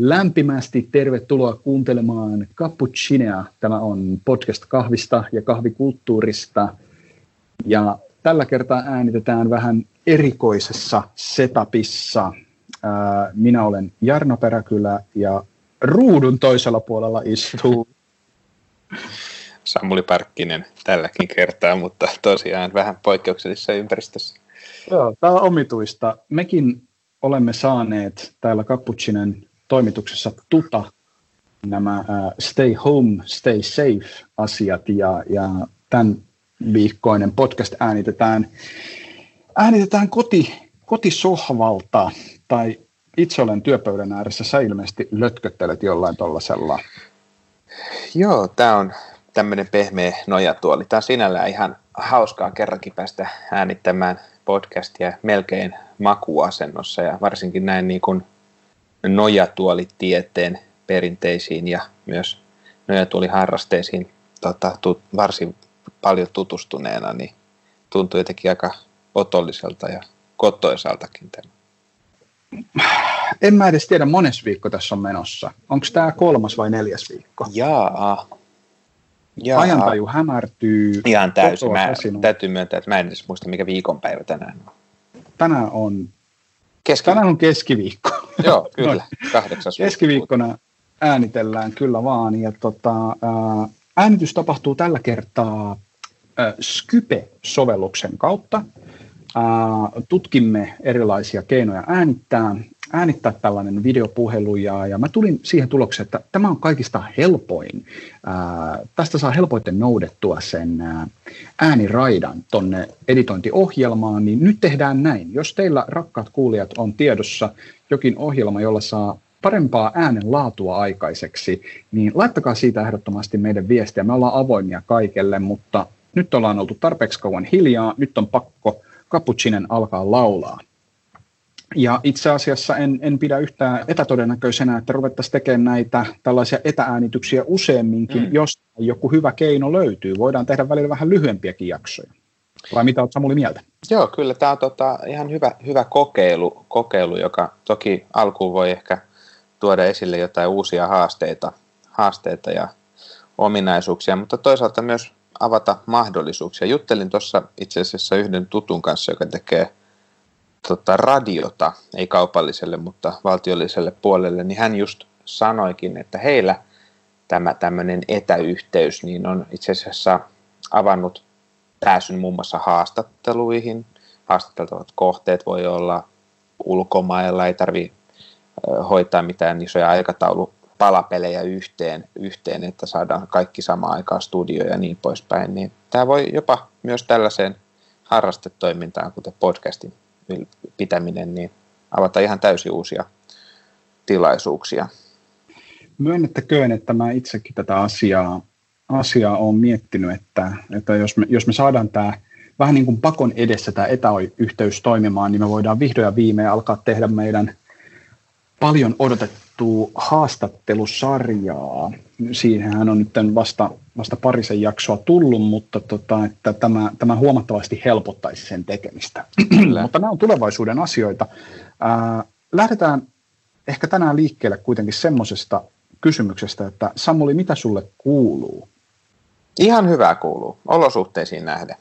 lämpimästi tervetuloa kuuntelemaan Cappuccinea. Tämä on podcast kahvista ja kahvikulttuurista. Ja tällä kertaa äänitetään vähän erikoisessa setupissa. Minä olen Jarno Peräkylä ja ruudun toisella puolella istuu Samuli Parkkinen tälläkin kertaa, mutta tosiaan vähän poikkeuksellisessa ympäristössä. Joo, tämä on omituista. Mekin olemme saaneet täällä Cappuccinen toimituksessa nämä stay home, stay safe asiat ja tämän viikkoinen podcast äänitetään kotisohvalta, tai itse olen työpöydän ääressä, sä ilmeisesti lötköttelet jollain tollasella. Joo, tämä on tämmöinen pehmeä nojatuoli. Tämä on sinällään ihan hauskaa kerrankin päästä äänittämään podcastia melkein makuasennossa ja varsinkin näin niin kuin nojatuolitieteen perinteisiin ja myös nojatuoliharrasteisiin varsin paljon tutustuneena, niin tuntuu jotenkin aika otolliselta ja kotoisaltakin tämä. En mä edes tiedä, mones viikko tässä on menossa. Onko tämä 3. vai 4. viikko? Jaa. Ajantaju hämärtyy. Ihan täysin. Täytyy myöntää, että mä en edes muista, mikä viikonpäivä tänään on. Tänään on keskiviikko. Joo, kyllä. 8. Keskiviikkona äänitellään kyllä vaan. Ja äänitys tapahtuu tällä kertaa Skype-sovelluksen kautta. Tutkimme erilaisia keinoja äänittää tällainen videopuhelu, ja mä tulin siihen tulokseen, että tämä on kaikista helpoin. Tästä saa helpoiten noudettua sen ääniraidan tonne editointiohjelmaan, niin nyt tehdään näin. Jos teillä, rakkaat kuulijat, on tiedossa jokin ohjelma, jolla saa parempaa äänen laatua aikaiseksi, niin laittakaa siitä ehdottomasti meidän viestiä. Me ollaan avoimia kaikelle, mutta nyt ollaan oltu tarpeeksi kauan hiljaa, nyt on pakko Cappuccinen alkaa laulaa. Ja itse asiassa en pidä yhtään epätodennäköisenä, että ruvettaisiin tekemään näitä tällaisia etääänityksiä useamminkin, jos joku hyvä keino löytyy. Voidaan tehdä välillä vähän lyhyempiäkin jaksoja. Vai mitä olet Samuli mieltä? Joo, kyllä tämä on ihan hyvä kokeilu, joka toki alkuun voi ehkä tuoda esille jotain uusia haasteita ja ominaisuuksia, mutta toisaalta myös avata mahdollisuuksia. Juttelin tuossa itse asiassa yhden tutun kanssa, joka tekee radiota, ei kaupalliselle, mutta valtiolliselle puolelle, niin hän just sanoikin, että heillä tämä tämmöinen etäyhteys niin on itse asiassa avannut pääsyn muun muassa haastatteluihin. Haastateltavat kohteet voi olla ulkomailla, ei tarvitse hoitaa mitään isoja aikataulupalapelejä yhteen, että saadaan kaikki samaan aikaan studioon ja niin poispäin. Niin tämä voi jopa myös tällaiseen harrastetoimintaan, kuten podcastin pitäminen, niin avata ihan täysin uusia tilaisuuksia. Myönnettäköön, että mä itsekin tätä asiaa olen miettinyt, että jos me saadaan tämä vähän niin kuin pakon edessä tämä etäyhteys toimimaan, niin me voidaan vihdoin ja viimein alkaa tehdä meidän paljon odotettua haastattelusarjaa. Siihenhän on nyt vasta parisen jaksoa tullut, mutta että tämä huomattavasti helpottaisi sen tekemistä. Mutta nämä on tulevaisuuden asioita. Lähdetään ehkä tänään liikkeelle kuitenkin semmoisesta kysymyksestä, että Samuli, mitä sulle kuuluu? Ihan hyvää kuuluu, olosuhteisiin nähden.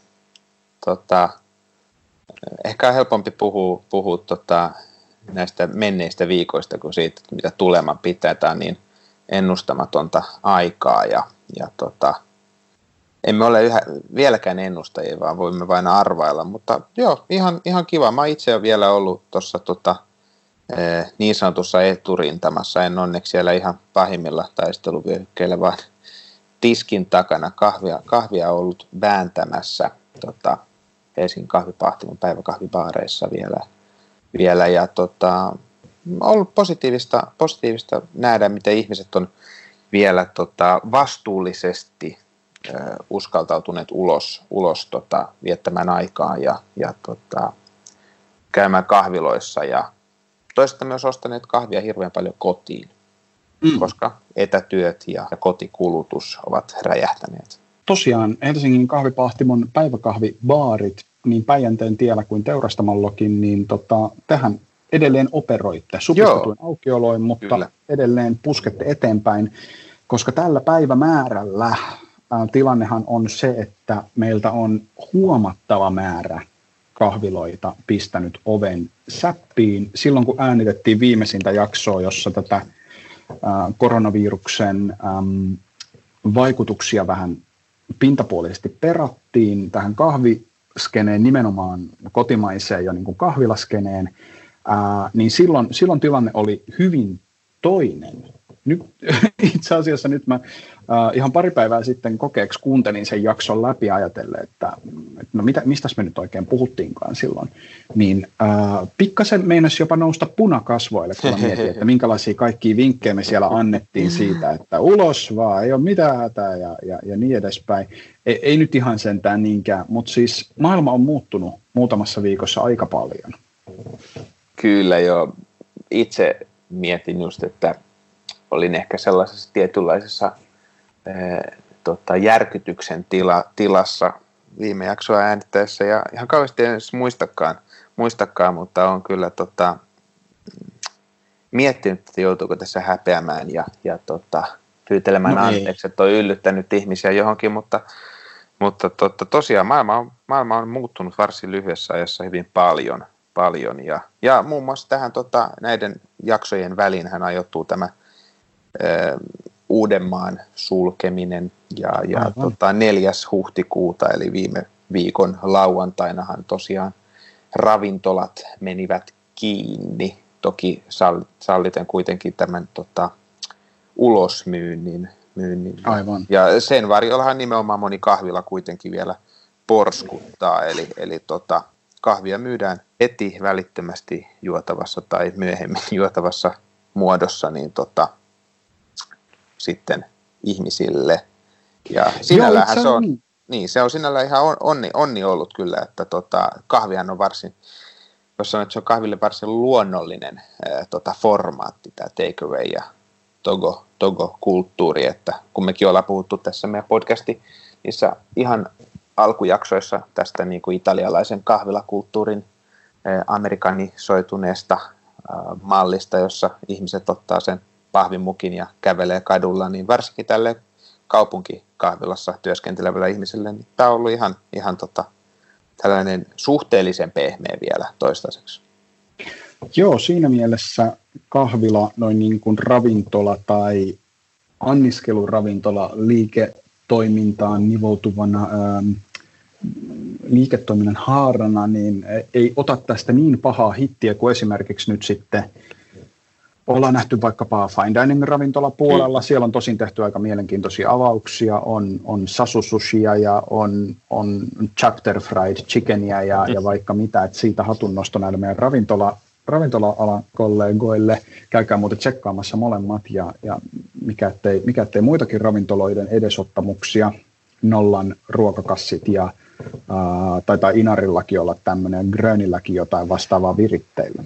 Ehkä on helpompi puhua näistä menneistä viikoista kuin siitä, mitä tuleman pitää. Tämä on niin ennustamatonta aikaa ja emme ole vieläkään ennustajia, vaan voimme vain arvailla, mutta joo, ihan kiva. Mä itse olen vielä ollut tuossa niin sanotussa eturintamassa, en onneksi siellä ihan pahimmilla taisteluvyöhykkeillä, vaan tiskin takana kahvia ollut vääntämässä Helsingin kahvipahtimon päiväkahvibaareissa vielä ja ollut positiivista nähdä, miten ihmiset on vielä vastuullisesti uskaltautuneet ulos viettämään aikaa ja käymään kahviloissa ja toisaalta myös ostaneet kahvia hirveän paljon kotiin, koska etätyöt ja kotikulutus ovat räjähtäneet. Tosiaan Helsingin kahvipahtimon päiväkahvibaarit niin Päijänteen tiellä kuin Teurastamollakin, niin tähän edelleen operoitte supistetuin aukioloin, mutta kyllä, edelleen puskette eteenpäin, koska tällä päivämäärällä tilannehan on se, että meiltä on huomattava määrä kahviloita pistänyt oven säppiin. Silloin kun äänitettiin viimeisintä jaksoa, jossa tätä koronaviruksen vaikutuksia vähän pintapuolisesti perattiin tähän kahviskeneen, nimenomaan kotimaiseen ja niin kuin kahvilaskeneen, niin silloin tilanne oli hyvin toinen. Nyt, itse asiassa nyt mä ihan pari päivää sitten kokeeksi kuuntelin sen jakson läpi ajatellen, että no mistäs me nyt oikein puhuttiinkaan silloin, niin pikkasen meinasi jopa nousta punakasvoille, kun mä mietin, että minkälaisia kaikkia vinkkejä me siellä annettiin siitä, että ulos vaan, ei ole mitään hätää ja niin edespäin. Ei nyt ihan sentään niinkään, mutta siis maailma on muuttunut muutamassa viikossa aika paljon. Kyllä joo. Itse mietin just, että olin ehkä sellaisessa tietynlaisessa järkytyksen tilassa viime jaksoa äänittäessä ja ihan kauheasti en edes muistakaan, mutta on kyllä miettinyt, että joutuuko tässä häpeämään ja pyytelemään anteeksi, että on yllyttänyt ihmisiä johonkin, mutta tosiaan maailma on muuttunut varsin lyhyessä ajassa hyvin paljon ja muun muassa tähän näiden jaksojen väliin hän ajoittuu tämä Uudenmaan sulkeminen ja 4. huhtikuuta eli viime viikon lauantainahan tosiaan ravintolat menivät kiinni, toki salliten kuitenkin tämän ulosmyynnin. Aivan. Ja sen varjollahan nimenomaan moni kahvila kuitenkin vielä porskuttaa, eli kahvia myydään heti välittömästi juotavassa tai myöhemmin juotavassa muodossa, niin sitten ihmisille. Ja sinällähän se on sinällään ihan onni ollut kyllä, että kahvihan on varsin, jos sanon, että se on kahville varsin luonnollinen formaatti, tämä takeaway ja togo-kulttuuri, että kun mekin ollaan puhuttu tässä meidän podcasti niissä ihan alkujaksoissa tästä niin kuin italialaisen kahvilakulttuurin amerikanisoituneesta mallista, jossa ihmiset ottaa sen pahvimukin ja kävelee kadulla, niin varsinkin tälle kaupunkikahvilassa työskentelevälle ihmiselle, niin tämä on ollut ihan tällainen suhteellisen pehmeä vielä toistaiseksi. Joo, siinä mielessä kahvila, noin niin kuin ravintola tai anniskeluravintola liiketoimintaan nivoutuvana liiketoiminnan haarana, niin ei ota tästä niin pahaa hittiä kuin esimerkiksi nyt sitten ollaan nähty vaikkapa fine dining ravintolapuolella. Siellä on tosin tehty aika mielenkiintoisia avauksia, on sasu sushia ja on chapter fried chickenia ja vaikka mitä, että siitä hatunnosto näille meidän ravintola-alan kollegoille. Käykää muuten tsekkaamassa molemmat ja mikä ettei muitakin ravintoloiden edesottamuksia, Nollan ruokakassit ja taitaa Inarillakin olla tämmöinen, Grönilläkin jotain vastaavaa viritteillä.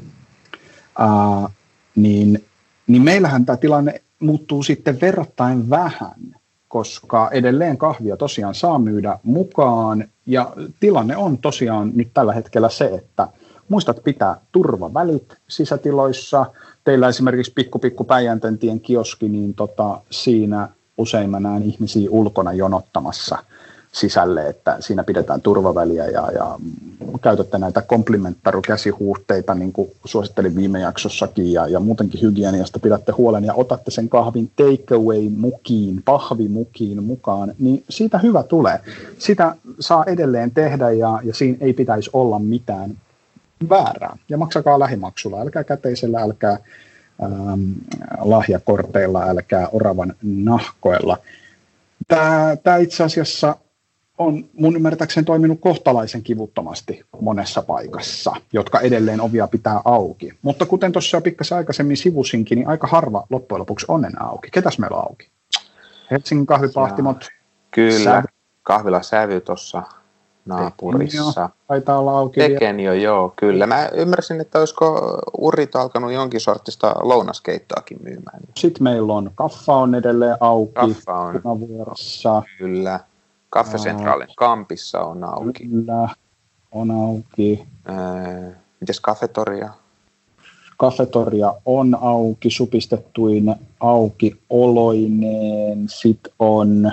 Niin meillähän tämä tilanne muuttuu sitten verrattain vähän, koska edelleen kahvia tosiaan saa myydä mukaan ja tilanne on tosiaan nyt tällä hetkellä se, että muistat pitää turvavälit sisätiloissa. Teillä esimerkiksi pikku Päijänteen kioski, niin siinä usein mä näen ihmisiä ulkona jonottamassa sisälle, että siinä pidetään turvaväliä ja käytätte näitä komplimenttarukäsihuuhteita, niin kuin suosittelin viime jaksossakin, ja muutenkin hygieniasta pidätte huolen ja otatte sen kahvin takeaway mukiin, pahvimukiin mukaan, niin siitä hyvä tulee. Sitä saa edelleen tehdä ja siinä ei pitäisi olla mitään väärää. Ja maksakaa lähimaksulla, älkää käteisellä, älkää lahjakorteilla, älkää oravan nahkoilla. Tämä itse asiassa on mun ymmärtääkseni toiminut kohtalaisen kivuttomasti monessa paikassa, jotka edelleen ovia pitää auki. Mutta kuten tuossa jo pikkasen aikaisemmin sivusinkin, niin aika harva loppujen lopuksi on enää auki. Ketäs meillä on auki? Helsingin kahvipahtimot? Kyllä, kahvila Sävy tuossa naapurissa. Taitaa olla auki. Tekenio, joo, kyllä. Mä ymmärsin, että olisiko Urit alkanut jonkin sortista lounaskeittoakin myymään. Sitten meillä on Kaffa on edelleen auki. Kaffa on Punavuorossa. Kyllä. Caffè Centralen Kampissa on auki. Kyllä, on auki. Mites Cafetoria? Cafetoria on auki, supistettuin auki oloineen, sit on,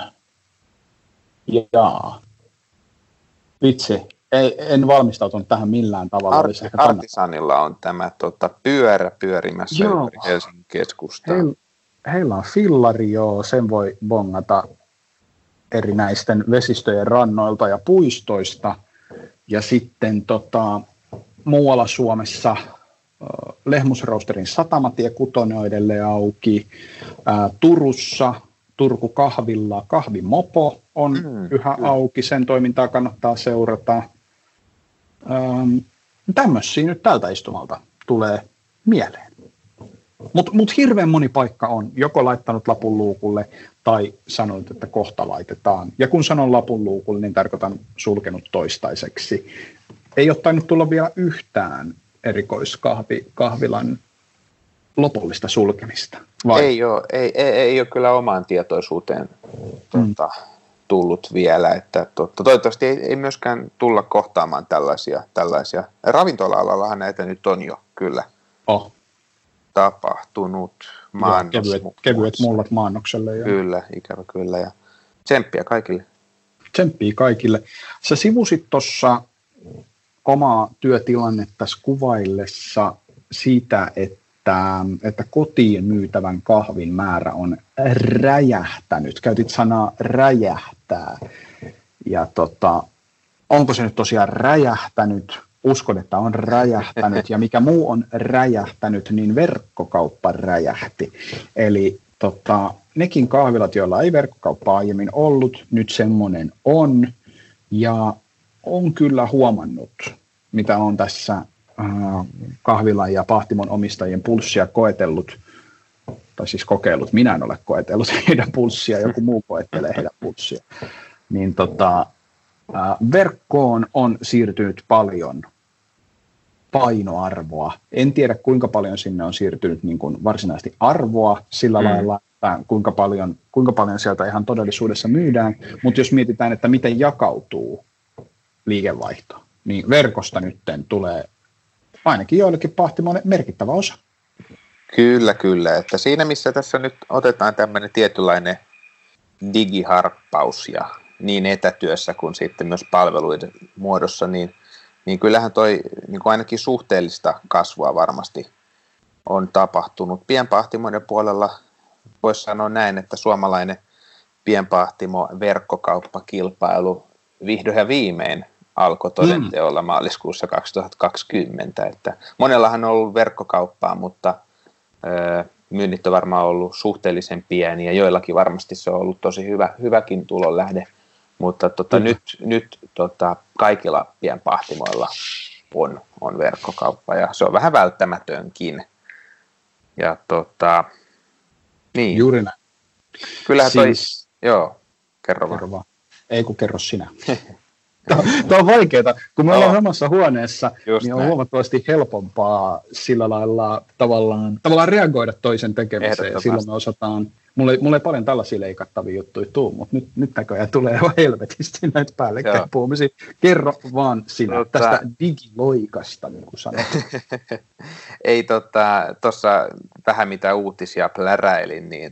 vitsi, en valmistautunut tähän millään tavalla. Artisanilla on tämä pyörä pyörimässä ympäri Helsingin keskustaa. Heillä on fillari, sen voi bongata erinäisten vesistöjen rannoilta ja puistoista. Ja sitten muualla Suomessa Lehmusroosterin Satamatie 6 on edelleen auki. Turussa Turku Kahvilla Kahvimopo on yhä auki, sen toimintaa kannattaa seurata. Tämmöisiä nyt tältä istumalta tulee mieleen. Mutta hirveän moni paikka on joko laittanut lapun luukulle tai sanonut, että kohta laitetaan. Ja kun sanon lapun luukulle, niin tarkoitan sulkenut toistaiseksi. Ei ole tainnut tulla vielä yhtään erikoiskahvilan lopullista sulkemista. Vai? Ei ole kyllä omaan tietoisuuteen tullut vielä. Että toivottavasti ei myöskään tulla kohtaamaan tällaisia. Ravintola-alallahan näitä nyt on jo kyllä tapahtunut. Kevyet mullat maannokselle. Kyllä, ikävä kyllä. Ja tsemppiä kaikille. Tsemppiä kaikille. Sä sivusit tuossa omaa työtilannetta kuvaillessa siitä, että kotiin myytävän kahvin määrä on räjähtänyt. Käytit sanaa räjähtää. Ja onko se nyt tosiaan räjähtänyt? Uskon, että on räjähtänyt. Ja mikä muu on räjähtänyt, niin verkkokauppa räjähti. Eli nekin kahvilat, joilla ei verkkokauppaa aiemmin ollut, nyt semmoinen on. Ja on kyllä huomannut, mitä on tässä kahvilan ja pahtimon omistajien pulssia koetellut, tai siis kokeillut, minä en ole koetellut heidän pulssia, joku muu koettelee heidän pulssia, niin verkkoon on siirtynyt paljon painoarvoa. En tiedä, kuinka paljon sinne on siirtynyt niin kuin varsinaisesti arvoa sillä lailla, että kuinka paljon sieltä ihan todellisuudessa myydään, mutta jos mietitään, että miten jakautuu liikevaihto, niin verkosta nytten tulee ainakin joillekin pahtimoille merkittävä osa. Kyllä. Että siinä, missä tässä nyt otetaan tämmöinen tietynlainen digiharppaus ja niin etätyössä kuin sitten myös palveluiden muodossa, niin kyllähän toi niin kuin ainakin suhteellista kasvua varmasti on tapahtunut. Pienpahtimoiden puolella voisi sanoa näin, että suomalainen pienpahtimo verkkokauppakilpailu vihdoin ja viimein alkoi todenteolla maaliskuussa 2020. Että monellahan on ollut verkkokauppaa, mutta myynnit on varmaan ollut suhteellisen pieniä. Joillakin varmasti se on ollut tosi hyväkin tulonlähde, mutta nyt kaikilla pienpahtimoilla on verkkokauppa ja se on vähän välttämätönkin. Ja niin. Juuri näin. Kyllähän kerro vaan. Ei kun kerro sinä. Tämä on vaikeaa, kun me ollaan samassa huoneessa, niin on huomattavasti helpompaa sillä lailla tavallaan reagoida toisen tekemiseen. Ja silloin me osataan, mulla ei paljon tällaisia leikattavia juttuja tule, mutta nyt näköjään tulee aivan helvetisti näitä päällekkäin puhumisia. Kerro vaan sinä tästä digiloikasta, niin kuin sanot. Ei tuossa vähän mitä uutisia pläräilin, niin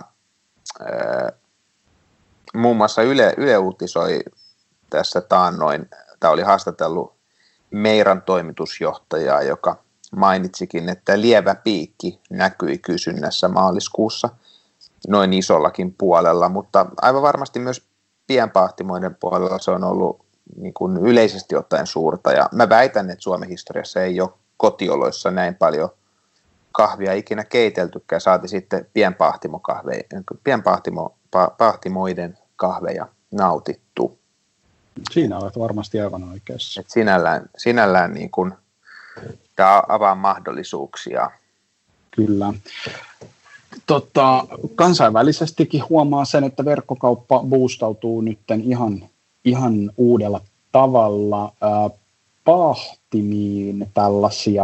muun muassa Yle uutisoi tässä taannoin, tämä oli haastatellut Meiran toimitusjohtajaa, joka mainitsikin, että lievä piikki näkyi kysynnässä maaliskuussa noin isollakin puolella, mutta aivan varmasti myös pienpahtimoiden puolella se on ollut niin kuin yleisesti ottaen suurta, ja mä väitän, että Suomen historiassa ei ole kotioloissa näin paljon kahvia ikinä keiteltykään, saati sitten pienpahtimoiden kahveja nautittu. Siinä olet varmasti aivan oikeassa. Et sinällään niin kuin, tämä avaa mahdollisuuksia. Kyllä. Kansainvälisestikin huomaa sen, että verkkokauppa boostautuu nyt ihan uudella tavalla. Pahtimiin tällaisia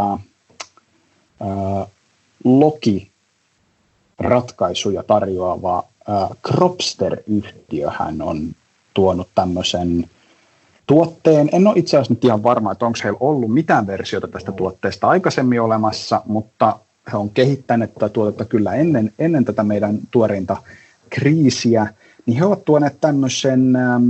logiratkaisuja tarjoava Cropster-yhtiöhän on tuonut tämmöisen tuotteen. En ole itse asiassa nyt ihan varma, että onko heillä ollut mitään versiota tästä tuotteesta aikaisemmin olemassa, mutta he on kehittäneet tätä tuotetta kyllä ennen tätä meidän tuoreinta kriisiä, niin he ovat tuoneet tämmöisen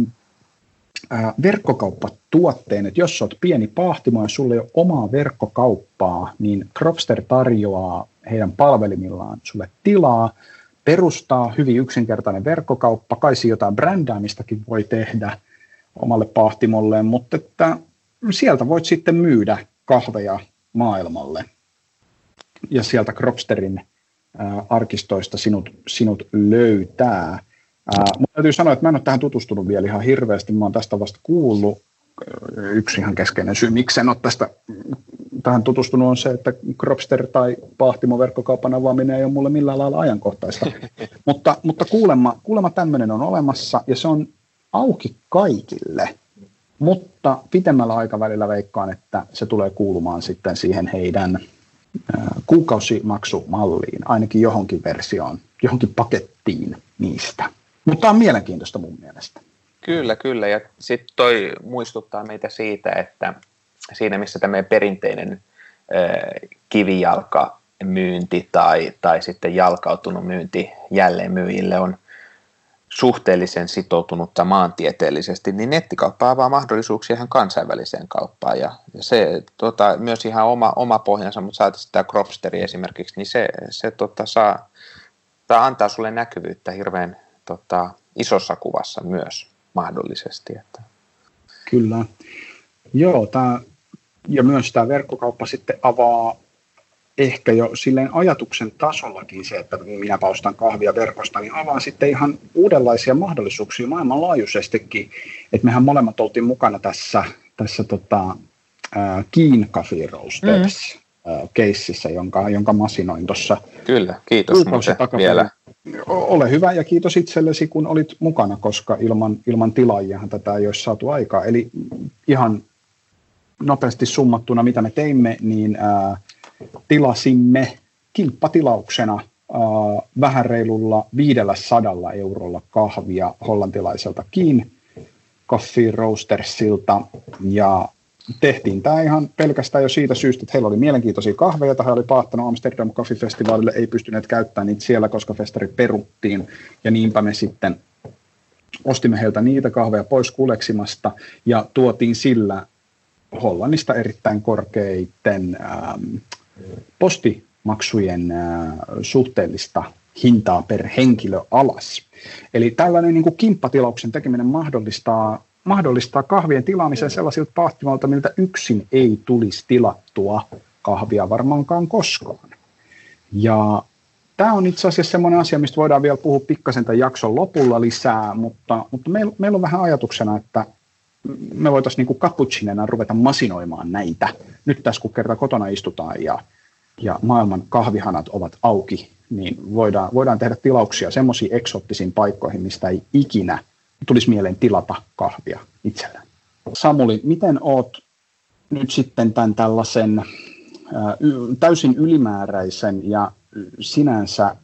verkkokauppatuotteen, että jos olet pieni pahtimo ja sulla ei ole omaa verkkokauppaa, niin Cropster tarjoaa heidän palvelimillaan sulle tilaa, perustaa hyvin yksinkertainen verkkokauppa, kai jotain brändäämistäkin voi tehdä omalle pahtimolleen, mutta että sieltä voit sitten myydä kahveja maailmalle ja sieltä Cropsterin arkistoista sinut löytää. Mutta täytyy sanoa, että mä en ole tähän tutustunut vielä ihan hirveästi, mä oon tästä vasta kuullut. Yksi ihan keskeinen syy, miksi en ole tähän tutustunut, on se, että Cropster tai Pahtimo verkkokaupan avaaminen ei ole mulle millään lailla ajankohtaista. mutta kuulemma tämmöinen on olemassa ja se on auki kaikille, mutta pitemmällä aikavälillä veikkaan, että se tulee kuulumaan sitten siihen heidän kuukausimaksumalliin, ainakin johonkin versioon, johonkin pakettiin niistä. Mutta tämä on mielenkiintoista mun mielestä. Kyllä. Ja sitten toi muistuttaa meitä siitä, että siinä missä tämä perinteinen kivijalkamyynti tai sitten jalkautunut myynti jälleenmyyjille on suhteellisen sitoutunutta maantieteellisesti, niin nettikauppa avaa mahdollisuuksia ihan kansainväliseen kauppaan. Ja se myös ihan oma pohjansa, mutta saati sitä Cropsteri esimerkiksi, niin se antaa sulle näkyvyyttä hirveän isossa kuvassa myös mahdollisesti. Että. Kyllä. Joo, ja myös tämä verkkokauppa sitten avaa ehkä jo silleen ajatuksen tasollakin se, että minä ostan kahvia verkosta, niin avaa sitten ihan uudenlaisia mahdollisuuksia maailmanlaajuisestikin. Että mehän molemmat oltiin mukana tässä Keen Coffee Roasters keississä, jonka masinoin tuossa. Kyllä, kiitos vielä. Ole hyvä ja kiitos itsellesi, kun olit mukana, koska ilman tilaajiahan tätä ei olisi saatu aikaa. Eli ihan nopeasti summattuna, mitä me teimme, niin tilasimme kimppatilauksena vähän reilulla 500 eurolla kahvia hollantilaiselta Keen Coffee Roastersilta ja tehtiin tämä ihan pelkästään jo siitä syystä, että heillä oli mielenkiintoisia kahveja, joita he oli paahtanut Amsterdam Coffee Festivalille, ei pystyneet käyttämään niitä siellä, koska festari peruttiin, ja niinpä me sitten ostimme heiltä niitä kahveja pois kuleksimasta, ja tuotiin sillä Hollannista erittäin korkeiden postimaksujen suhteellista hintaa per henkilö alas. Eli tällainen niin kuin kimppatilauksen tekeminen mahdollistaa kahvien tilaamisen sellaisilta pahtimoilta, miltä yksin ei tulisi tilattua kahvia varmaankaan koskaan. Ja tämä on itse asiassa semmoinen asia, mistä voidaan vielä puhua pikkasen tämän jakson lopulla lisää, mutta meillä on vähän ajatuksena, että me voitaisiin niin kuin cappuccinena ruveta masinoimaan näitä. Nyt tässä kun kerran kotona istutaan ja maailman kahvihanat ovat auki, niin voidaan tehdä tilauksia semmoisiin eksoottisiin paikkoihin, mistä ei ikinä tulisi mieleen tilata kahvia itsellään. Samuli, miten oot nyt sitten tämän tällaisen täysin ylimääräisen ja sinänsä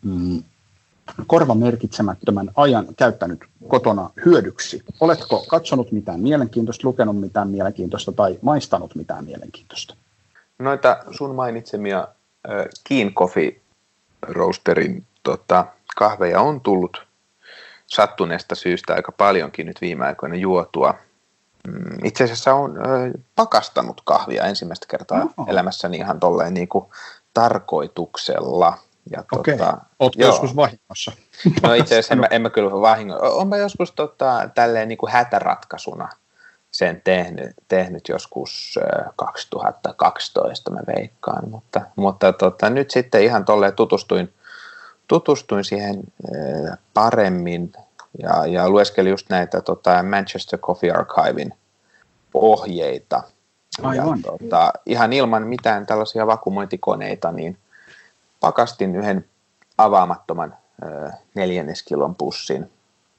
korvamerkitsemättömän ajan käyttänyt kotona hyödyksi? Oletko katsonut mitään mielenkiintoista, lukenut mitään mielenkiintoista tai maistanut mitään mielenkiintoista? Noita sun mainitsemia Keen Coffee Roasterin kahveja on tullut sattuneesta syystä aika paljonkin nyt viime aikoina juotua. Itse asiassa on pakastanut kahvia ensimmäistä kertaa elämässäni ihan tolleen niin kuin tarkoituksella. Okei, ootko joskus vahingossa? No itse asiassa en mä kyllä vahingossa. Oonpa joskus tälleen niin kuin hätäratkaisuna sen tehnyt joskus 2012 mä veikkaan, mutta nyt sitten ihan tolleen tutustuin siihen paremmin ja lueskelin just näitä Manchester Coffee Archivein ohjeita. Aivan. Ja, ihan ilman mitään tällaisia vakuumointikoneita, niin pakastin yhden avaamattoman 4 kilon pussin.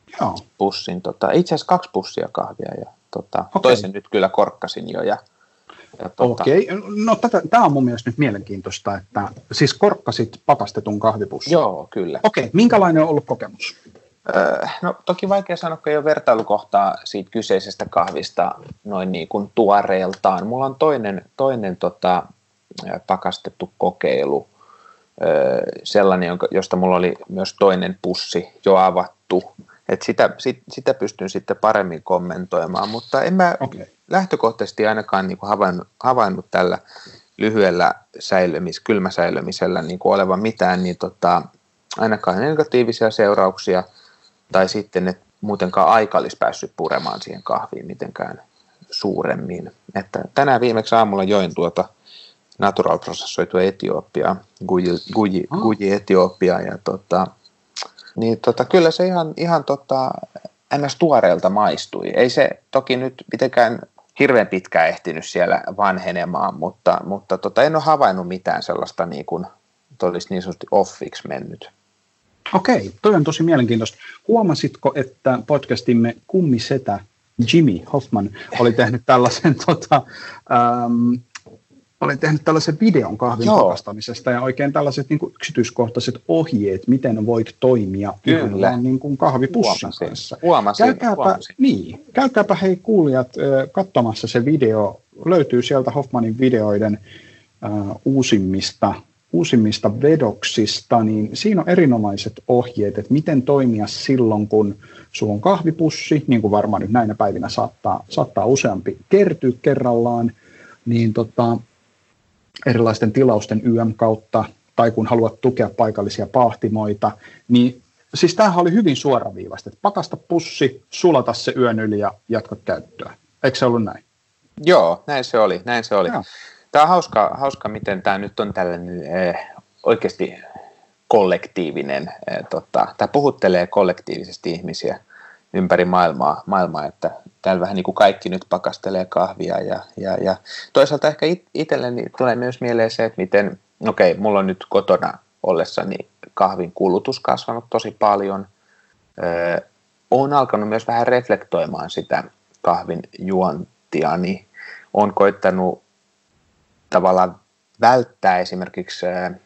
Itse asiassa 2 pussia kahvia ja toisen nyt kyllä korkkasin jo. Okei, no tämä on mun mielestä nyt mielenkiintoista, että siis korkkasit pakastetun kahvipussin. Joo, kyllä. Okei, minkälainen on ollut kokemus? No toki vaikea sanoa, kun ei ole vertailukohtaa siitä kyseisestä kahvista noin niin kuin tuoreeltaan. Mulla on toinen pakastettu kokeilu, sellainen, josta mulla oli myös toinen pussi jo avattu. Et sitä pystyn sitten paremmin kommentoimaan, mutta en mä lähtökohtaisesti ainakaan niin kuin havainnut tällä lyhyellä kylmäsäilömisellä niin kuin olevan mitään niin ainakaan negatiivisia seurauksia, tai sitten, että muutenkaan aika olisi päässyt puremaan siihen kahviin mitenkään suuremmin. Että tänään viimeksi aamulla join natural-prosessoitua Etiopiaa, Guji Etiopiaa, ja kyllä se ihan ns. Tuoreelta maistui. Ei se toki nyt mitenkään hirveän pitkään ehtinyt siellä vanhenemaan, mutta en ole havainnut mitään sellaista, niin kuin olisi niin sanotusti offiksi mennyt. Okei, toi on tosi mielenkiintoista. Huomasitko, että podcastimme kummisetä Jimmy Hoffman oli tehnyt tällaisen videon kahvin pakastamisesta ja oikein tällaiset niin kuin yksityiskohtaiset ohjeet, miten voit toimia ihan niin kuin kahvipussin kanssa. Huomasin. Käykääpä hei kuulijat katsomassa se video. Löytyy sieltä Hoffmanin videoiden uusimmista vedoksista, niin siinä on erinomaiset ohjeet, että miten toimia silloin, kun sulla on kahvipussi, niin kuin varmaan nyt näinä päivinä saattaa useampi kertyä kerrallaan, niin erilaisten tilausten YM kautta, tai kun haluat tukea paikallisia pahtimoita, niin siis tämähän oli hyvin suoraviivaista, että pakasta pussi, sulata se yön yli ja jatka käyttöä. Eikö se ollut näin? Joo, näin se oli. Joo. Tämä on hauska, miten tämä nyt on tällainen oikeasti kollektiivinen, tämä puhuttelee kollektiivisesti ihmisiä ympäri maailmaa, että täällä vähän niin kuin kaikki nyt pakastelee kahvia ja toisaalta ehkä itselleni tulee myös mieleen se, että miten, mulla on nyt kotona ollessani kahvin kulutus kasvanut tosi paljon, olen alkanut myös vähän reflektoimaan sitä kahvin juontiani, olen koittanut tavallaan välttää esimerkiksi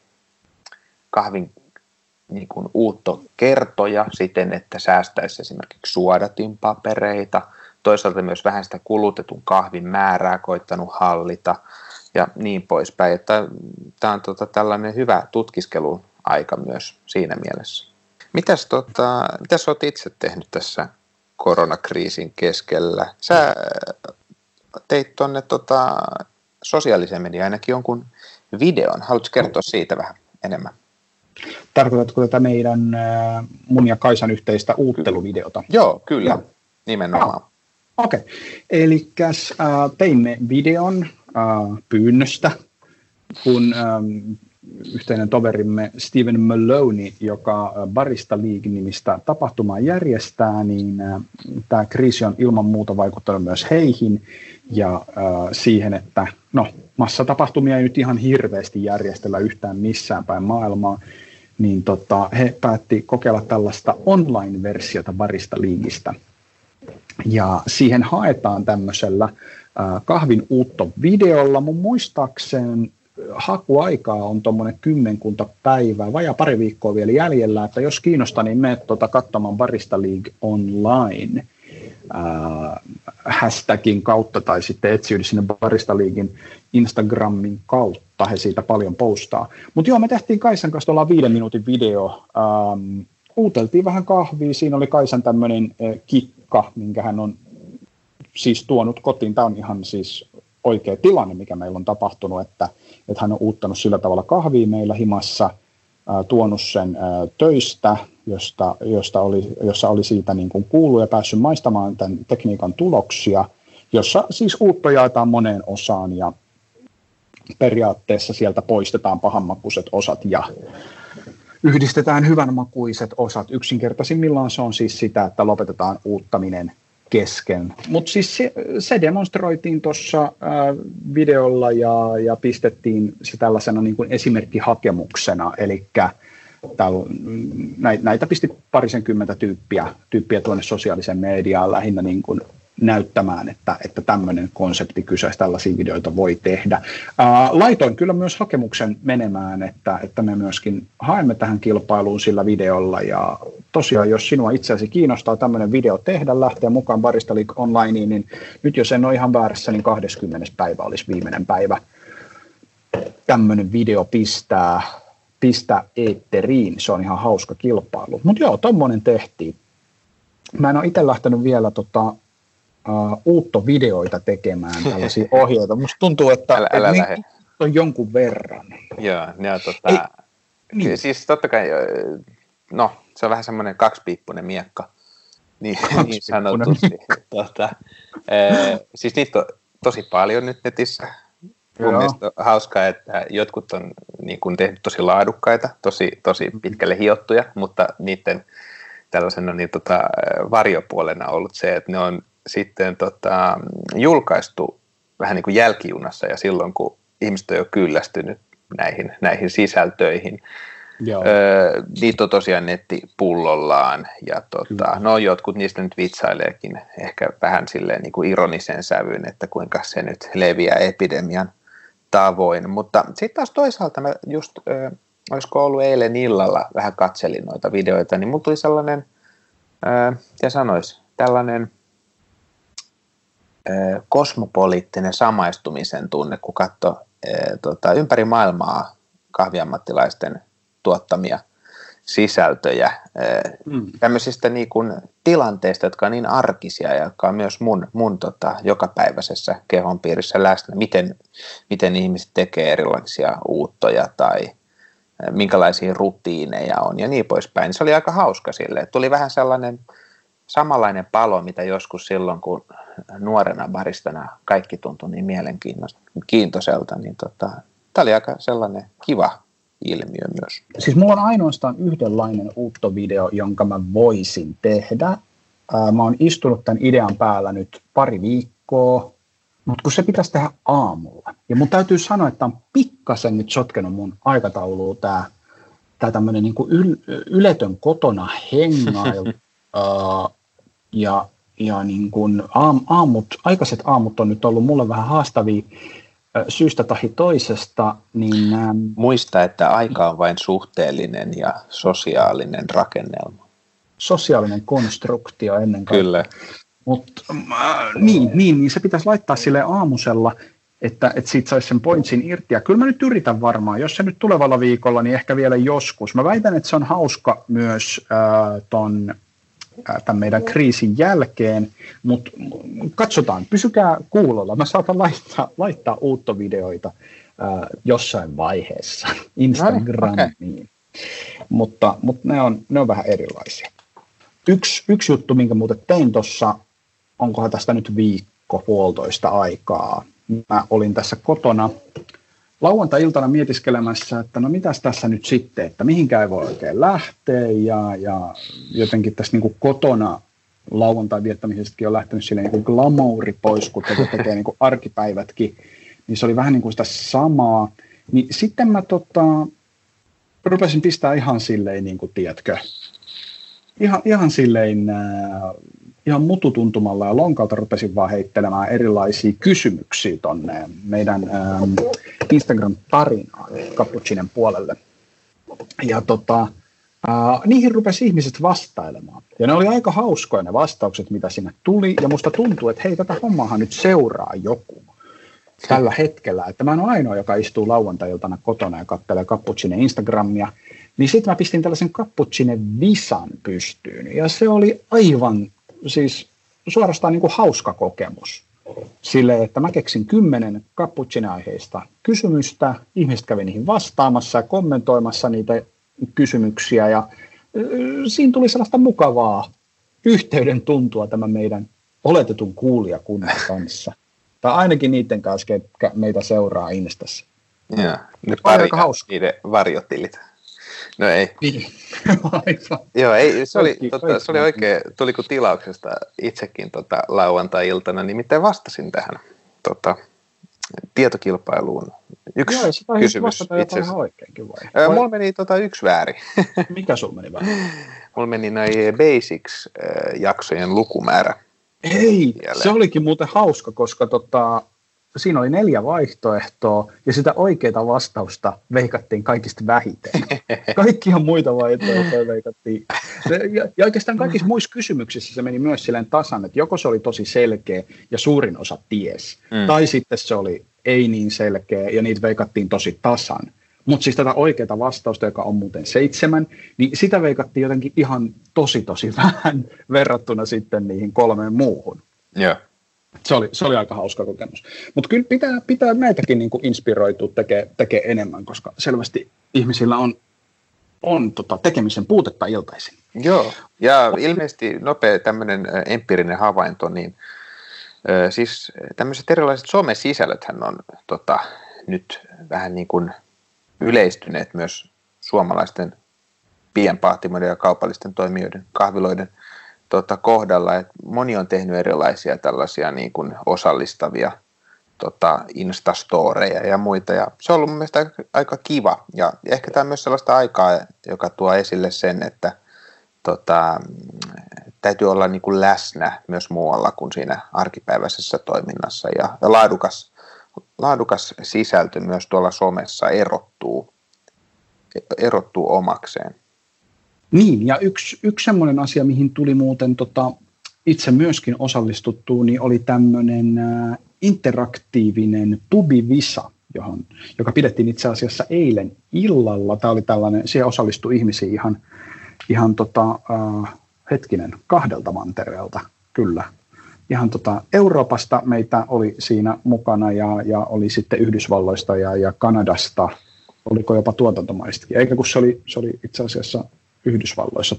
kahvin niin kuin uuttokertoja siten, että säästäisi esimerkiksi suodatinpapereita, toisaalta myös vähän sitä kulutetun kahvin määrää koittanut hallita ja niin poispäin. Että tämä on tällainen hyvä tutkiskelun aika myös siinä mielessä. Mitäs olet itse tehnyt tässä koronakriisin keskellä? Sä teit tuonne sosiaaliseen mediaan ainakin jonkun videon. Haluatko kertoa siitä vähän enemmän? Tarkoitatko tätä meidän mun ja Kaisan yhteistä uutteluvideota? Joo, kyllä. Nimenomaan. Okei. Eli teimme videon pyynnöstä, kun yhteinen toverimme Stephen Maloney, joka Barista League-nimistä tapahtumaa järjestää, niin tämä kriisi on ilman muuta vaikuttanut myös heihin ja siihen, että massatapahtumia ei nyt ihan hirveästi järjestellä yhtään missään päin maailmaa, niin he päätti kokeilla tällaista online-versiota Barista Leagueista. Ja siihen haetaan tämmöisellä kahvin uuttovideolla. Mun muistaakseni hakuaikaa on tuommoinen 10 päivää, vajaa pari viikkoa vielä jäljellä, että jos kiinnostaa, niin mene katsomaan Barista League online hashtagin kautta tai sitten etsiydy sinne Barista Leaguein Instagramin kautta, he siitä paljon postaa. Mutta joo, me tehtiin Kaisan kanssa 5 minuutin video, uuteltiin vähän kahvia, siinä oli Kaisan tämmöinen kikka, minkä hän on siis tuonut kotiin, tämä on ihan siis oikea tilanne, mikä meillä on tapahtunut, että hän on uuttanut sillä tavalla kahvia meillä himassa, tuonut sen töistä, jossa oli siitä niin kuin kuullut ja päässyt maistamaan tämän tekniikan tuloksia, jossa siis uutto jaetaan moneen osaan ja periaatteessa sieltä poistetaan pahanmakuiset osat ja yhdistetään hyvänmakuiset osat. Yksinkertaisimmillaan se on siis sitä, että lopetetaan uuttaminen kesken. Mutta siis se demonstroitiin tuossa videolla ja pistettiin se tällaisena niin kuin esimerkkihakemuksena, eli näitä pisti 20 tyyppiä tuonne sosiaaliseen mediaan lähinnä niin kuin näyttämään, että tämmöinen konsepti kyseessä, tällaisia videoita voi tehdä. Laitoin kyllä myös hakemuksen menemään, että me myöskin haemme tähän kilpailuun sillä videolla, ja tosiaan, jos sinua itseäsi kiinnostaa tämmöinen video tehdä, lähteä mukaan Barista League Onlineen, niin nyt jos en ole ihan väärässä, niin 20. päivä olisi viimeinen päivä tämmöinen video pistää eetteriin. Se on ihan hauska kilpailu. Mutta joo, tommonen tehtiin. Mä en ole itse lähtenyt vielä uutta videoita tekemään, tällaisia ohjeita. Musta tuntuu, että älä on jonkun verran. Joo, niin. Siis totta kai, no se on vähän semmoinen kaksipiippunen miekka, niin sanotusti. Siis niitä on tosi paljon nyt netissä. Mun mielestä on hauskaa, että jotkut on niin kuin tehnyt tosi laadukkaita, tosi pitkälle hiottuja, mutta niiden tällaisena varjopuolena on ollut se, että ne on sitten julkaistu vähän niin kuin jälkijunassa ja silloin, kun ihmiset on jo kyllästynyt näihin sisältöihin. Niitä on tosiaan nettipullollaan ja no jotkut niistä nyt vitsaileekin ehkä vähän silleen niin kuin ironisen sävyyn, että kuinka se nyt leviää epidemian tavoin, mutta sitten taas toisaalta mä just, olisiko ollut eilen illalla vähän katselin noita videoita, niin mulla tuli sellainen, tällainen kosmopoliittinen samaistumisen tunne, kun katsoi ympäri maailmaa kahviammattilaisten tuottamia sisältöjä tämmöisistä niin kuin tilanteista, jotka on niin arkisia ja jotka on myös mun jokapäiväisessä kehonpiirissä läsnä, miten ihmiset tekee erilaisia uuttoja tai minkälaisia rutiineja on ja niin poispäin. Se oli aika hauska sille. Tuli vähän sellainen samanlainen palo, mitä joskus silloin, kun nuorena baristana kaikki tuntui niin mielenkiintoiselta, niin tämä oli aika sellainen kiva ilmiö myös. Siis mulla on ainoastaan yhdenlainen uuttovideo, jonka mä voisin tehdä. Mä oon istunut tämän idean päällä nyt pari viikkoa, mutta kun se pitäisi tehdä aamulla. Ja mun täytyy sanoa, että on pikkasen nyt sotkenut mun aikatauluun tää tämmönen niinku yletön kotona hengailu. ja niin kuin aikaiset aamut on nyt ollut mulle vähän haastavia syystä tai toisesta. Niin, muista, että aika on vain suhteellinen ja sosiaalinen rakennelma. Sosiaalinen konstruktio ennen kaikkea. Kyllä. Mutta niin se pitäisi laittaa sille aamusella, että siitä saisi sen pointsin irti. Ja kyllä mä nyt yritän varmaan, jos se nyt tulevalla viikolla, niin ehkä vielä joskus. Mä väitän, että se on hauska myös tämän meidän kriisin jälkeen, mutta katsotaan, pysykää kuulolla. Mä saatan laittaa uuttovideoita jossain vaiheessa Instagramiin, mutta ne on vähän erilaisia. Yksi juttu, minkä muuten tein tuossa, onkohan tästä nyt puolitoista aikaa. Mä olin tässä kotona lauantai-iltana mietiskelemässä, että no mitäs tässä nyt sitten, että mihinkään ei voi oikein lähteä ja jotenkin tässä niin kuin kotona lauantai viettämisestäkin on lähtenyt silleen niin kuin glamouri pois, kun tekee niin kuin arkipäivätkin, niin se oli vähän niin kuin sitä samaa. Niin sitten mä rupesin pistää ihan silleen, niin kuin tiedätkö, ihan silleen ihan mututuntumalla ja lonkalta rupesin vaan heittelemään erilaisia kysymyksiä tonne meidän Instagram-tarinaan Cappuccinen puolelle. Ja niihin rupesi ihmiset vastailemaan. Ja ne oli aika hauskoja ne vastaukset, mitä sinne tuli. Ja musta tuntuu, että hei, tätä hommaahan nyt seuraa joku tällä hetkellä. Että mä en ole ainoa, joka istuu lauantai-iltana kotona ja katselee Cappuccinen Instagramia. Niin sitten mä pistin tällaisen Cappuccinen visan pystyyn. Ja se oli aivan siis suorastaan niin kuin hauska kokemus. Silleen, että mä keksin 10 Cappuccine-aiheista kysymystä, ihmiset kävi niihin vastaamassa ja kommentoimassa niitä kysymyksiä, ja siinä tuli sellaista mukavaa yhteyden tuntua tämän meidän oletetun kuulijakunnan kanssa. Tai ainakin niiden kanssa, ketkä meitä seuraa Instassa. Joo, nyt pari niiden varjotilit. No ei. Niin. Joo, ei, se oli oikein, tuli kun tilauksesta itsekin lauantai-iltana, nimittäin vastasin tähän tietokilpailuun. Yksi kysymys itse asiassa. Mulla meni yksi väärin. Mikä sulla meni väärin? Mulla meni näin Basics-jaksojen lukumäärä. Ei, Jälleen. se olikin muuten hauska, koska siinä oli 4 vaihtoehtoa ja sitä oikeaa vastausta veikattiin kaikista vähiten. Kaikkia muita vaihtoehtoja veikattiin. Ja oikeastaan kaikissa muissa kysymyksissä se meni myös silleen tasan, että joko se oli tosi selkeä ja suurin osa ties, tai sitten se oli ei niin selkeä ja niitä veikattiin tosi tasan. Mutta siis tätä oikeaa vastausta, joka on muuten 7, niin sitä veikattiin jotenkin ihan tosi vähän verrattuna sitten niihin 3 muuhun. Joo. Se oli aika hauska kokemus. Mutta kyllä pitää näitäkin niinku inspiroitua tekee enemmän, koska selvästi ihmisillä on tekemisen puutetta iltaisin. Joo, ja ilmeisesti nopea tämmöinen empiirinen havainto, niin siis tämmöiset erilaiset somesisällöthän on nyt vähän niin kuin yleistyneet myös suomalaisten pienpahtimoiden ja kaupallisten toimijoiden, kahviloiden kohdalla, että moni on tehnyt erilaisia tällaisia niin kuin osallistavia Instastoreja ja muita, ja se on ollut mun mielestä aika kiva, ja ehkä tämä on myös sellaista aikaa, joka tuo esille sen, että täytyy olla niin kuin läsnä myös muualla kuin siinä arkipäiväisessä toiminnassa, ja laadukas sisältö myös tuolla somessa erottuu omakseen. Niin, ja yksi semmoinen asia, mihin tuli muuten itse myöskin osallistuttua, niin oli tämmöinen interaktiivinen pubivisa, joka pidettiin itse asiassa eilen illalla. Tämä oli tällainen, siihen osallistui ihmisiä ihan 2 mantereelta, kyllä. Ihan Euroopasta meitä oli siinä mukana ja oli sitten Yhdysvalloista ja Kanadasta, oliko jopa tuotantomaistakin, eikä kun se oli itse asiassa Yhdysvalloissa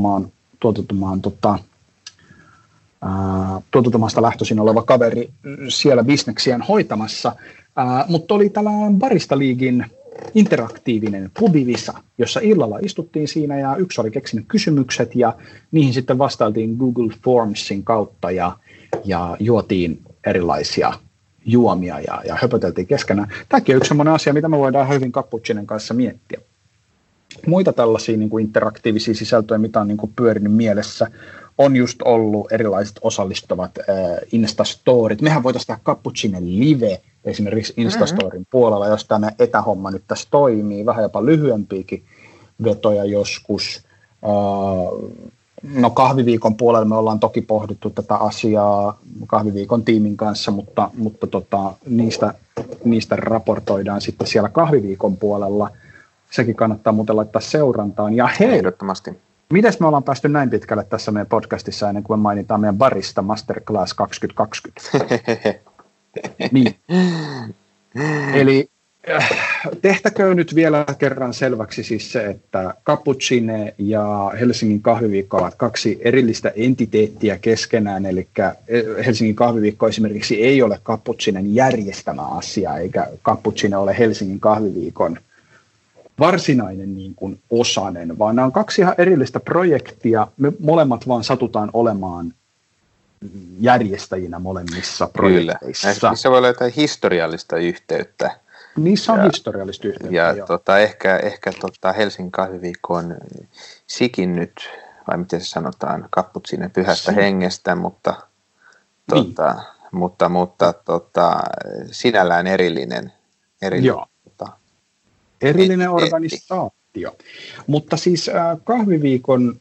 tuotantomaasta lähtöisin oleva kaveri siellä bisneksiään hoitamassa, mutta oli tällainen Barista-liigin interaktiivinen pubivisa, jossa illalla istuttiin siinä ja yksi oli keksinyt kysymykset ja niihin sitten vastailtiin Google Formsin kautta ja juotiin erilaisia juomia ja höpöteltiin keskenään. Tämäkin on yksi sellainen asia, mitä me voidaan hyvin cappuccinen kanssa miettiä. Muita tällaisia niin kuin interaktiivisia sisältöjä, mitä on niin kuin pyörinyt mielessä, on just ollut erilaiset osallistuvat Instastorit. Mehän voitaisiin tehdä Cappuccinen live esimerkiksi Instastorin puolella, jos tämä etähomma nyt tässä toimii, vähän jopa lyhyempiäkin vetoja joskus. No kahviviikon puolella me ollaan toki pohdittu tätä asiaa kahviviikon tiimin kanssa, mutta niistä raportoidaan sitten siellä kahviviikon puolella. Sekin kannattaa muuten laittaa seurantaan. Ja hei, ehdottomasti. Mites me ollaan päästy näin pitkälle tässä meidän podcastissa ennen kuin me mainitaan meidän Barista Masterclass 2020? Niin. Eli tehtäköön nyt vielä kerran selväksi siis se, että Cappuccine ja Helsingin kahviviikko ovat 2 erillistä entiteettiä keskenään, eli Helsingin kahviviikko esimerkiksi ei ole Cappuccinen järjestämä asia, eikä Cappuccine ole Helsingin kahviviikon varsinainen niin kuin osanen, vaan nämä on 2 ihan erillistä projektia. Me molemmat vaan satutaan olemaan järjestäjinä molemmissa projekteissa. Kyllä. Niissä voi olla jotain historiallista yhteyttä. Niissä on historiallista yhteyttä. Ja ehkä Helsingin kahviviikko on sikin nyt, vai miten se sanotaan, Cappuccinen pyhästä hengestä, mutta sinällään erillinen erillinen organisaatio. Mutta siis kahviviikon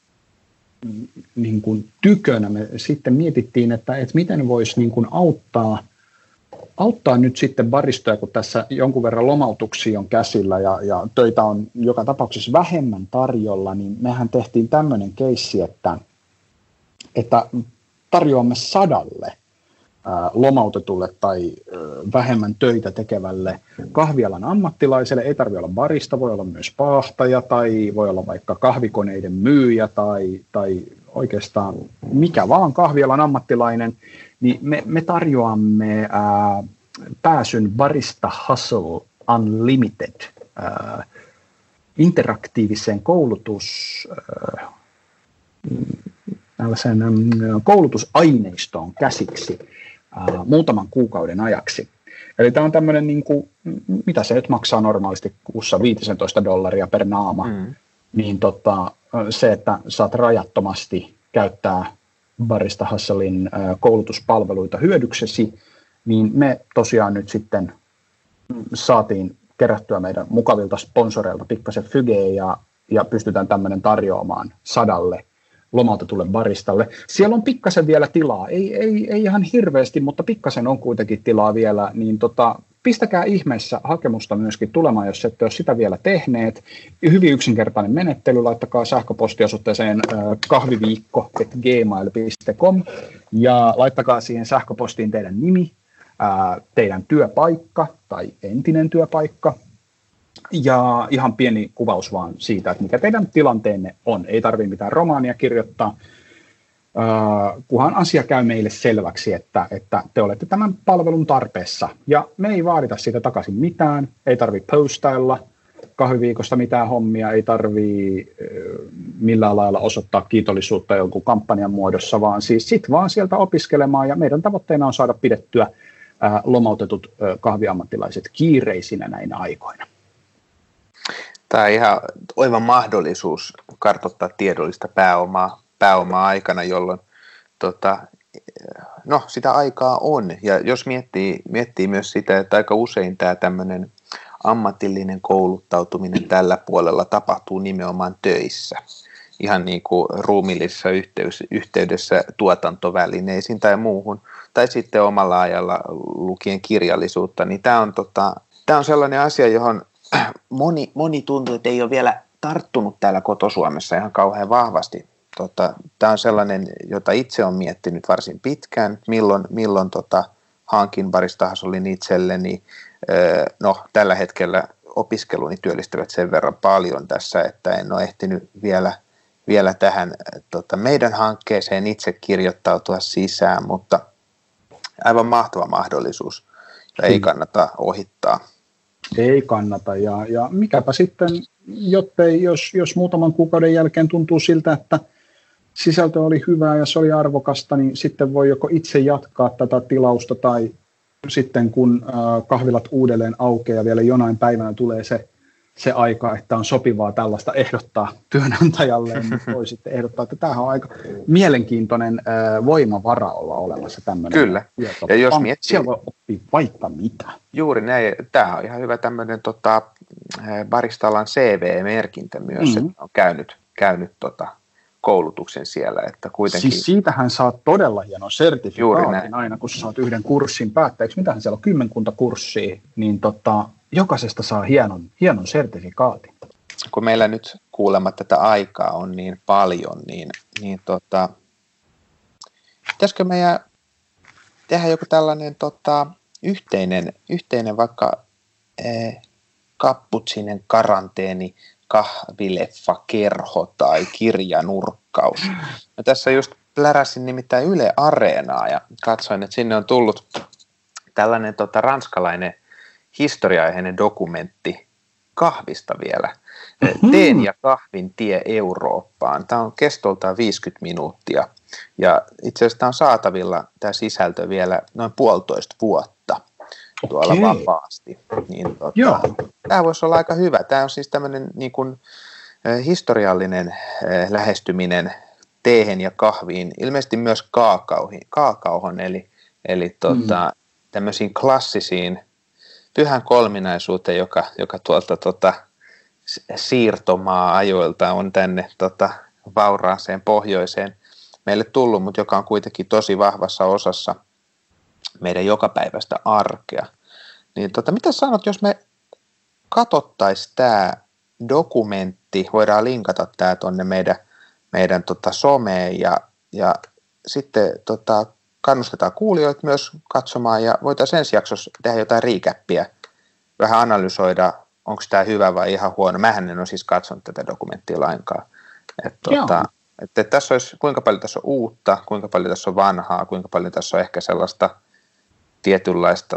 niin kuin tykönä me sitten mietittiin, että miten voisi niin kuin auttaa nyt sitten baristoja, kun tässä jonkun verran lomautuksia on käsillä ja töitä on joka tapauksessa vähemmän tarjolla, niin mehän tehtiin tämmöinen keissi, että tarjoamme 100 lomautetulle tai vähemmän töitä tekevälle kahvialan ammattilaiselle, ei tarvitse olla barista, voi olla myös paahtaja tai voi olla vaikka kahvikoneiden myyjä tai oikeastaan mikä vaan kahvialan ammattilainen, niin me tarjoamme pääsyn Barista Hustle Unlimited interaktiiviseen koulutusaineistoon käsiksi muutaman kuukauden ajaksi. Eli tämä on tämmöinen, niin kuin, mitä se nyt maksaa normaalisti kuussa, $15 per naama, niin se, että saat rajattomasti käyttää Barista Hustlen koulutuspalveluita hyödyksesi, niin me tosiaan nyt sitten saatiin kerättyä meidän mukavilta sponsoreilta pikkasen fygeä ja pystytään tämmöinen tarjoamaan 100 lomautetulle baristalle. Siellä on pikkasen vielä tilaa, ei ihan hirveästi, mutta pikkasen on kuitenkin tilaa vielä, niin pistäkää ihmeessä hakemusta myöskin tulemaan, jos ette ole sitä vielä tehneet. Hyvin yksinkertainen menettely, laittakaa sähköpostiosoitteeseen kahviviikko@gmail.com ja laittakaa siihen sähköpostiin teidän nimi, teidän työpaikka tai entinen työpaikka ja ihan pieni kuvaus vaan siitä, että mikä teidän tilanteenne on. Ei tarvitse mitään romaania kirjoittaa, kunhan asia käy meille selväksi, että te olette tämän palvelun tarpeessa. Ja me ei vaadita siitä takaisin mitään, ei tarvitse postailla kahviviikosta mitään hommia, ei tarvitse millään lailla osoittaa kiitollisuutta jonkun kampanjan muodossa, vaan siis sit vaan sieltä opiskelemaan. Ja meidän tavoitteena on saada pidettyä lomautetut kahviammattilaiset kiireisinä näinä aikoina. Tämä on ihan oiva mahdollisuus kartoittaa tiedollista pääomaa aikana, jolloin sitä aikaa on. Ja jos miettii myös sitä, että aika usein tämä tämmöinen ammatillinen kouluttautuminen tällä puolella tapahtuu nimenomaan töissä. Ihan niin kuin ruumillisessa yhteydessä tuotantovälineisiin tai muuhun, tai sitten omalla ajalla lukien kirjallisuutta, niin tämä on sellainen asia, johon moni tuntuu, että ei ole vielä tarttunut täällä koto-Suomessa ihan kauhean vahvasti. Tämä on sellainen, jota itse olen miettinyt varsin pitkään, milloin hankin Barista Hustlen itselleni. Tällä hetkellä opiskeluni työllistävät sen verran paljon tässä, että en ole ehtinyt vielä tähän meidän hankkeeseen itse kirjoittautua sisään, mutta aivan mahtava mahdollisuus, ja ei kannata ohittaa. Ei kannata, ja mikäpä sitten, jos muutaman kuukauden jälkeen tuntuu siltä, että sisältö oli hyvää ja se oli arvokasta, niin sitten voi joko itse jatkaa tätä tilausta, tai sitten kun kahvilat uudelleen aukeaa ja vielä jonain päivänä tulee se aika, että on sopivaa tällaista ehdottaa työnantajalle, niin voi sitten ehdottaa, että tämähän on aika mielenkiintoinen voimavara olla olemassa tämmöinen. Kyllä, ja jos miettii, siellä voi oppia vaikka mitä. Juuri näin, tämä on ihan hyvä tämmöinen baristalan CV-merkintä myös, että on käynyt koulutuksen siellä, että kuitenkin. Siis siitähän saat todella hienon sertifikaatin aina, kun saat yhden kurssin päätteeksi. Mitähän siellä on 10 kurssia, niin jokaisesta saa hienon sertifikaatin. Kun meillä nyt kuulemma tätä aikaa on niin paljon, niin pitäisikö meidän tehdä joku tällainen yhteinen vaikka cappuccinen karanteeni, kahvileffa, kerho tai kirjanurkkaus. Mä tässä just pläräsin nimittäin Yle Areenaa ja katsoin, että sinne on tullut tällainen ranskalainen historiaaiheinen dokumentti kahvista vielä. Teen ja kahvin tie Eurooppaan. Tämä on kestoltaan 50 minuuttia ja itse asiassa tämä on saatavilla tämä sisältö vielä noin 1,5 vuotta tuolla vapaasti. Niin, tämä voisi olla aika hyvä. Tämä on siis tämmöinen niin kuin historiallinen lähestyminen teehen ja kahviin, ilmeisesti myös kaakaohon, eli tämmöisiin klassisiin pyhän kolminaisuuteen, joka tuolta siirtomaa-ajoilta on tänne vauraaseen pohjoiseen meille tullut, mutta joka on kuitenkin tosi vahvassa osassa meidän jokapäiväistä arkea. Niin mitä sanot, jos me katsottaisiin tämä dokumentti, voidaan linkata tämä tuonne meidän someen ja sitten kannustetaan kuulijoita myös katsomaan ja voitaisiin ensi jaksossa tehdä jotain riikäppiä, vähän analysoida, onko tämä hyvä vai ihan huono. Mähän en ole siis katsonut tätä dokumenttia lainkaan. Että tässä olisi, kuinka paljon tässä on uutta, kuinka paljon tässä on vanhaa, kuinka paljon tässä on ehkä sellaista tietynlaista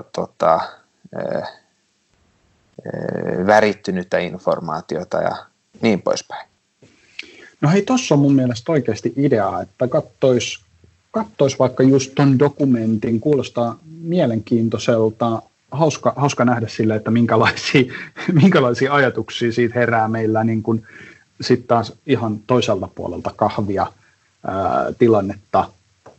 värittynyttä informaatiota ja niin poispäin. No hei, tuossa on mun mielestä oikeasti ideaa, että kattois vaikka just ton dokumentin, kuulostaa mielenkiintoiselta, hauska nähdä sille, että minkälaisia ajatuksia siitä herää meillä niin kun sitten taas ihan toiselta puolelta kahvia tilannetta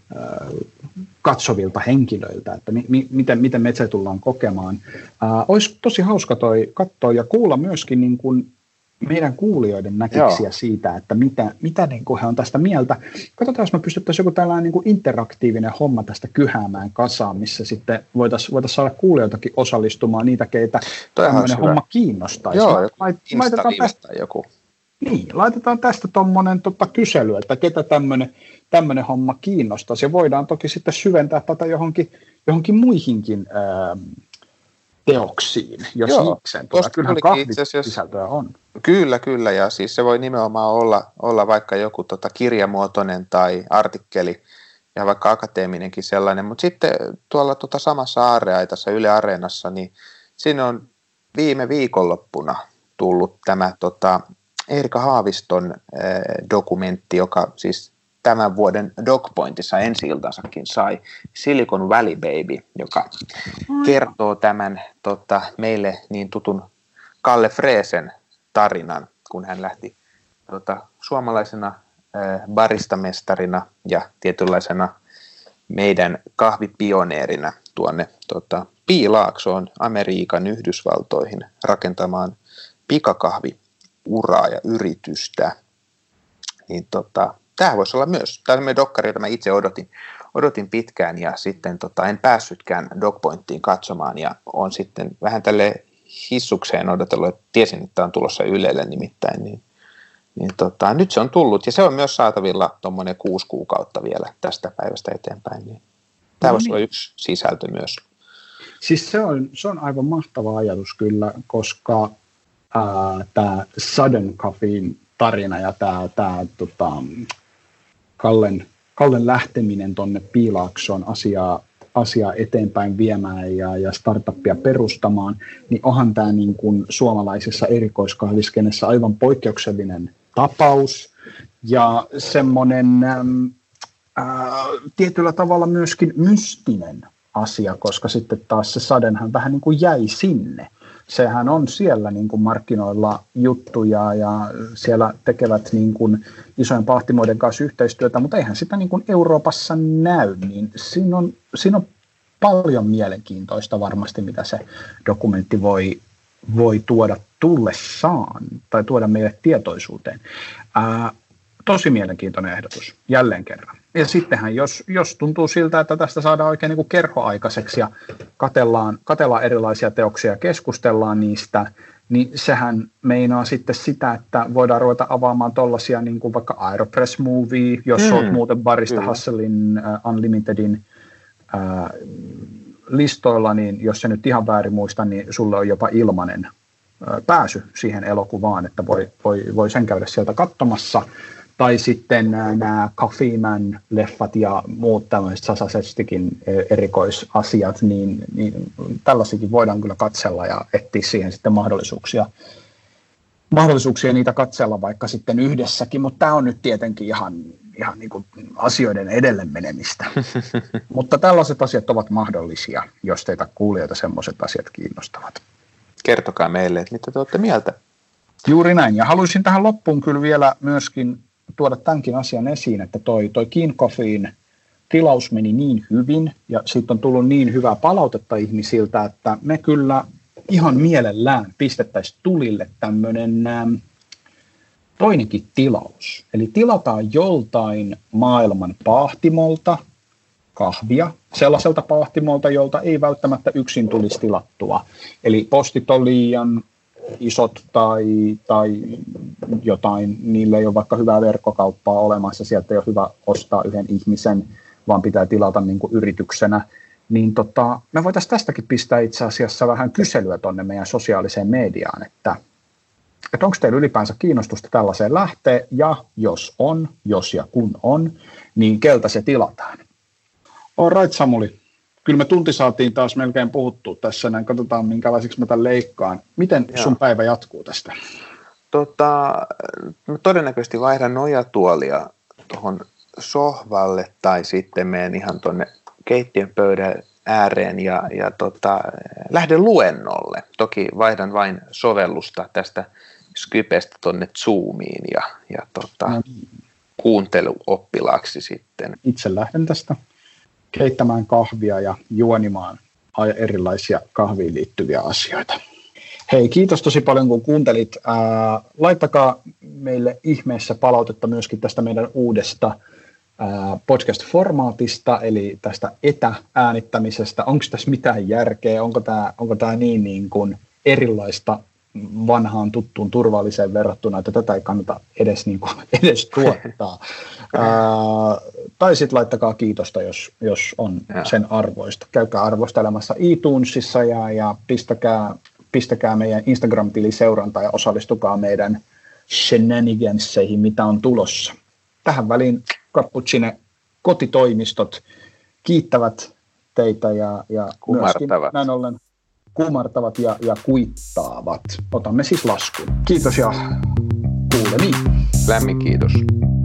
katsovilta henkilöiltä, että miten me se tullaan kokemaan. Olisi tosi hauska katsoa ja kuulla myöskin niin kuin meidän kuulijoiden näkemyksiä siitä, että mitä niin kuin he on tästä mieltä. Katsotaan, jos me pystyttäisiin joku tällainen niin kuin interaktiivinen homma tästä kyhäämään kasaan, missä sitten voitaisiin saada kuulijoitakin osallistumaan niitä, keitä tämmöinen homma kiinnostaisi. Joo, joku. Niin, laitetaan tästä tuommoinen kysely, että ketä tämmöinen homma kiinnostaisi, ja voidaan toki sitten syventää tätä johonkin muihinkin teoksiin, jos niikseen. Kyllähän kahvisisältöä on. Kyllä, ja siis se voi nimenomaan olla vaikka joku kirjamuotoinen tai artikkeli, ja vaikka akateeminenkin sellainen, mutta sitten tuolla samassa Aarreaitassa Yle Areenassa, niin siinä on viime viikonloppuna tullut tämä Erika Haaviston dokumentti, joka siis tämän vuoden DocPointissa ensi-iltansakin sai, Silicon Valley Baby, joka kertoo tämän meille niin tutun Kalle Freesen tarinan, kun hän lähti suomalaisena baristamestarina ja tietynlaisena meidän kahvipioneerina tuonne Piilaaksoon Amerikan Yhdysvaltoihin rakentamaan pikakahviuraa ja yritystä. Niin tämä voisi olla myös tämmöinen dokkari, jota mä itse odotin pitkään, ja sitten en päässytkään DocPointiin katsomaan, ja on sitten vähän tälle hissukseen odotellut, että tiesin, että on tulossa Ylelle nimittäin, niin nyt se on tullut, ja se on myös saatavilla tuommoinen 6 kuukautta vielä tästä päivästä eteenpäin, niin tämä voisi olla yksi sisältö myös. Siis se on aivan mahtava ajatus kyllä, koska tämä Sudden Coffeen tarina ja tämä Kallen lähteminen tuonne Piilaaksoon asiaa eteenpäin viemään ja startuppia perustamaan, niin onhan tämä niin kuin suomalaisessa erikoiskahviskenessä aivan poikkeuksellinen tapaus ja semmoinen tietyllä tavalla myöskin mystinen asia, koska sitten taas se Suddenhän vähän niin kuin jäi sinne. Sehän on siellä niin kuin markkinoilla juttuja ja siellä tekevät niin kuin isojen pahtimoiden kanssa yhteistyötä, mutta eihän sitä niin kuin Euroopassa näy, niin siinä on paljon mielenkiintoista varmasti, mitä se dokumentti voi tuoda tullessaan tai tuoda meille tietoisuuteen. Tosi mielenkiintoinen ehdotus, jälleen kerran. Ja sittenhän, jos tuntuu siltä, että tästä saadaan oikein niin kuin kerhoaikaiseksi ja katellaan erilaisia teoksia ja keskustellaan niistä, niin sehän meinaa sitten sitä, että voidaan ruveta avaamaan tollaisia niin kuin vaikka Aeropress Movie, jos olet muuten Barista Hustlein Unlimitedin listoilla, niin jos se nyt ihan väärin muista, niin sulle on jopa ilmainen pääsy siihen elokuvaan, että voi sen käydä sieltä katsomassa. Tai sitten nämä Coffee Man-leffat ja muut tämmöiset Sasa Sestikin erikoisasiat, niin tällaisikin voidaan kyllä katsella ja etsiä siihen sitten mahdollisuuksia niitä katsella vaikka sitten yhdessäkin, mutta tämä on nyt tietenkin ihan niin kuin asioiden edelle menemistä. Mutta tällaiset asiat ovat mahdollisia, jos teitä kuulijoita semmoiset asiat kiinnostavat. Kertokaa meille, että mitä te olette mieltä. Juuri näin, ja haluaisin tähän loppuun kyllä vielä myöskin tuoda tämänkin asian esiin, että toi Keen Coffeen tilaus meni niin hyvin, ja siitä on tullut niin hyvää palautetta ihmisiltä, että me kyllä ihan mielellään pistettäisiin tulille tämmöinen toinenkin tilaus. Eli tilataan joltain maailman pahtimolta kahvia, sellaiselta pahtimolta, jolta ei välttämättä yksin tulisi tilattua. Eli postit on liian isot tai jotain, niille ei ole vaikka hyvää verkkokauppaa olemassa, sieltä ei ole hyvä ostaa yhden ihmisen, vaan pitää tilata niin kuin yrityksenä, niin me voitaisiin tästäkin pistää itse asiassa vähän kyselyä tuonne meidän sosiaaliseen mediaan, että onko teillä ylipäänsä kiinnostusta tällaiseen lähteä, ja jos ja kun on, niin keltä se tilataan. All right, Samuli. Kyllä me tunti saatiin taas melkein puhuttua tässä, näin katsotaan minkälaisiksi mä tämän leikkaan. Miten sun päivä jatkuu tästä? Todennäköisesti vaihdan nojatuolia tuohon sohvalle tai sitten menen ihan tuonne keittiön pöydän ääreen ja lähden luennolle. Toki vaihdan vain sovellusta tästä Skypestä tuonne Zoomiin. kuunteluoppilaaksi sitten. Itse lähden tästä keittämään kahvia ja juonimaan erilaisia kahviin liittyviä asioita. Hei, kiitos tosi paljon kun kuuntelit. Laittakaa meille ihmeessä palautetta myöskin tästä meidän uudesta podcast-formaatista, eli tästä etääänittämisestä. Onko tässä mitään järkeä? Onko tämä niin kuin erilaista vanhaan tuttuun turvalliseen verrattuna, että tätä ei kannata edes tuottaa? Tai sitten laittakaa kiitosta, jos on sen arvoista. Käykää arvostelemassa iTunesissa ja pistäkää meidän Instagram-tili seurantaa ja osallistukaa meidän shenaniganseihin, mitä on tulossa. Tähän väliin Cappuccine kotitoimistot kiittävät teitä ja myöskin näin ollen kumartavat ja kuittaavat. Otamme siis laskun. Kiitos ja kuulemiin. Lämmin kiitos.